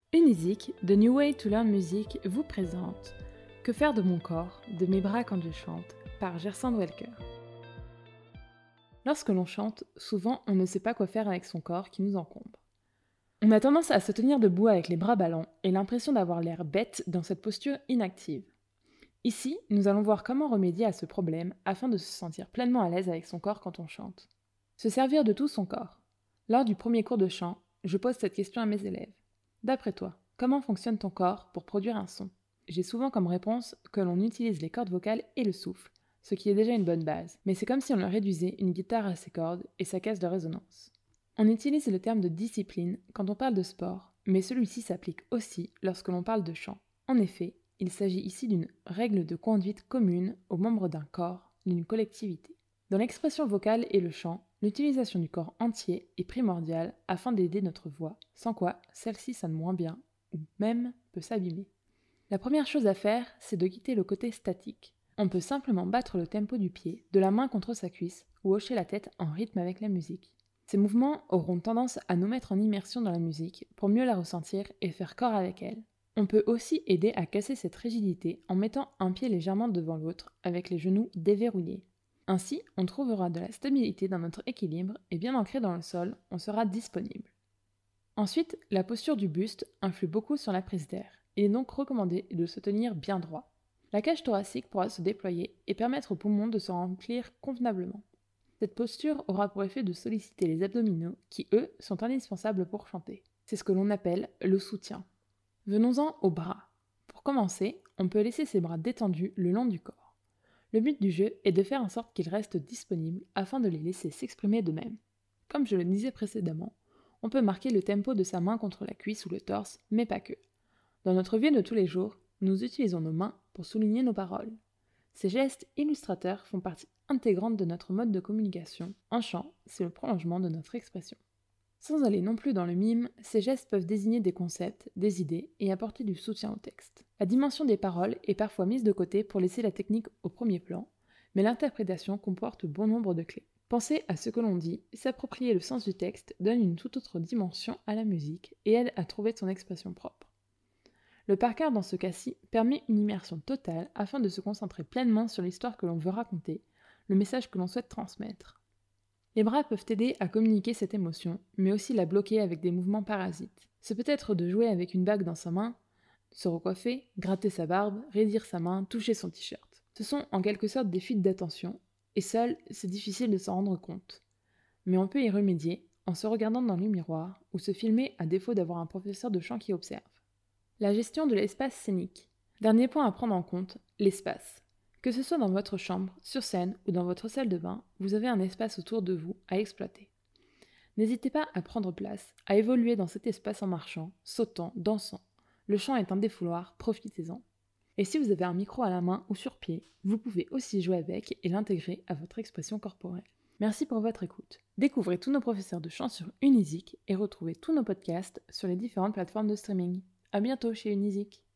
Unizik, The New Way to Learn Music, vous présente Que faire de mon corps, de mes bras quand je chante, par Gerson Welker. Lorsque l'on chante, souvent on ne sait pas quoi faire avec son corps qui nous encombre. On a tendance à se tenir debout avec les bras ballants et l'impression d'avoir l'air bête dans cette posture inactive. Ici, nous allons voir comment remédier à ce problème afin de se sentir pleinement à l'aise avec son corps quand on chante. Se servir de tout son corps. Lors du premier cours de chant, je pose cette question à mes élèves. D'après toi, comment fonctionne ton corps pour produire un son ? J'ai souvent comme réponse que l'on utilise les cordes vocales et le souffle, ce qui est déjà une bonne base, mais c'est comme si on réduisait une guitare à ses cordes et sa caisse de résonance. On utilise le terme de discipline quand on parle de sport, mais celui-ci s'applique aussi lorsque l'on parle de chant. En effet, il s'agit ici d'une règle de conduite commune aux membres d'un corps, d'une collectivité. Dans l'expression vocale et le chant, l'utilisation du corps entier est primordiale afin d'aider notre voix, sans quoi celle-ci sonne moins bien ou même peut s'abîmer. La première chose à faire, c'est de quitter le côté statique. On peut simplement battre le tempo du pied, de la main contre sa cuisse ou hocher la tête en rythme avec la musique. Ces mouvements auront tendance à nous mettre en immersion dans la musique pour mieux la ressentir et faire corps avec elle. On peut aussi aider à casser cette rigidité en mettant un pied légèrement devant l'autre avec les genoux déverrouillés. Ainsi, on trouvera de la stabilité dans notre équilibre et bien ancré dans le sol, on sera disponible. Ensuite, la posture du buste influe beaucoup sur la prise d'air. Il est donc recommandé de se tenir bien droit. La cage thoracique pourra se déployer et permettre aux poumons de se remplir convenablement. Cette posture aura pour effet de solliciter les abdominaux qui, eux, sont indispensables pour chanter. C'est ce que l'on appelle le soutien. Venons-en aux bras. Pour commencer, on peut laisser ses bras détendus le long du corps. Le but du jeu est de faire en sorte qu'ils restent disponibles afin de les laisser s'exprimer d'eux-mêmes. Comme je le disais précédemment, on peut marquer le tempo de sa main contre la cuisse ou le torse, mais pas que. Dans notre vie de tous les jours, nous utilisons nos mains pour souligner nos paroles. Ces gestes illustrateurs font partie intégrante de notre mode de communication. En chant, c'est le prolongement de notre expression. Sans aller non plus dans le mime, ces gestes peuvent désigner des concepts, des idées et apporter du soutien au texte. La dimension des paroles est parfois mise de côté pour laisser la technique au premier plan, mais l'interprétation comporte bon nombre de clés. Penser à ce que l'on dit, s'approprier le sens du texte donne une toute autre dimension à la musique et aide à trouver son expression propre. Le par cœur dans ce cas-ci permet une immersion totale afin de se concentrer pleinement sur l'histoire que l'on veut raconter, le message que l'on souhaite transmettre. Les bras peuvent aider à communiquer cette émotion, mais aussi la bloquer avec des mouvements parasites. Ce peut être de jouer avec une bague dans sa main, se recoiffer, gratter sa barbe, raidir sa main, toucher son t-shirt. Ce sont en quelque sorte des fuites d'attention, et seul, c'est difficile de s'en rendre compte. Mais on peut y remédier en se regardant dans le miroir ou se filmer à défaut d'avoir un professeur de chant qui observe. La gestion de l'espace scénique. Dernier point à prendre en compte, l'espace. Que ce soit dans votre chambre, sur scène ou dans votre salle de bain, vous avez un espace autour de vous à exploiter. N'hésitez pas à prendre place, à évoluer dans cet espace en marchant, sautant, dansant. Le chant est un défouloir, profitez-en. Et si vous avez un micro à la main ou sur pied, vous pouvez aussi jouer avec et l'intégrer à votre expression corporelle. Merci pour votre écoute. Découvrez tous nos professeurs de chant sur Unizik et retrouvez tous nos podcasts sur les différentes plateformes de streaming. À bientôt chez Unizik.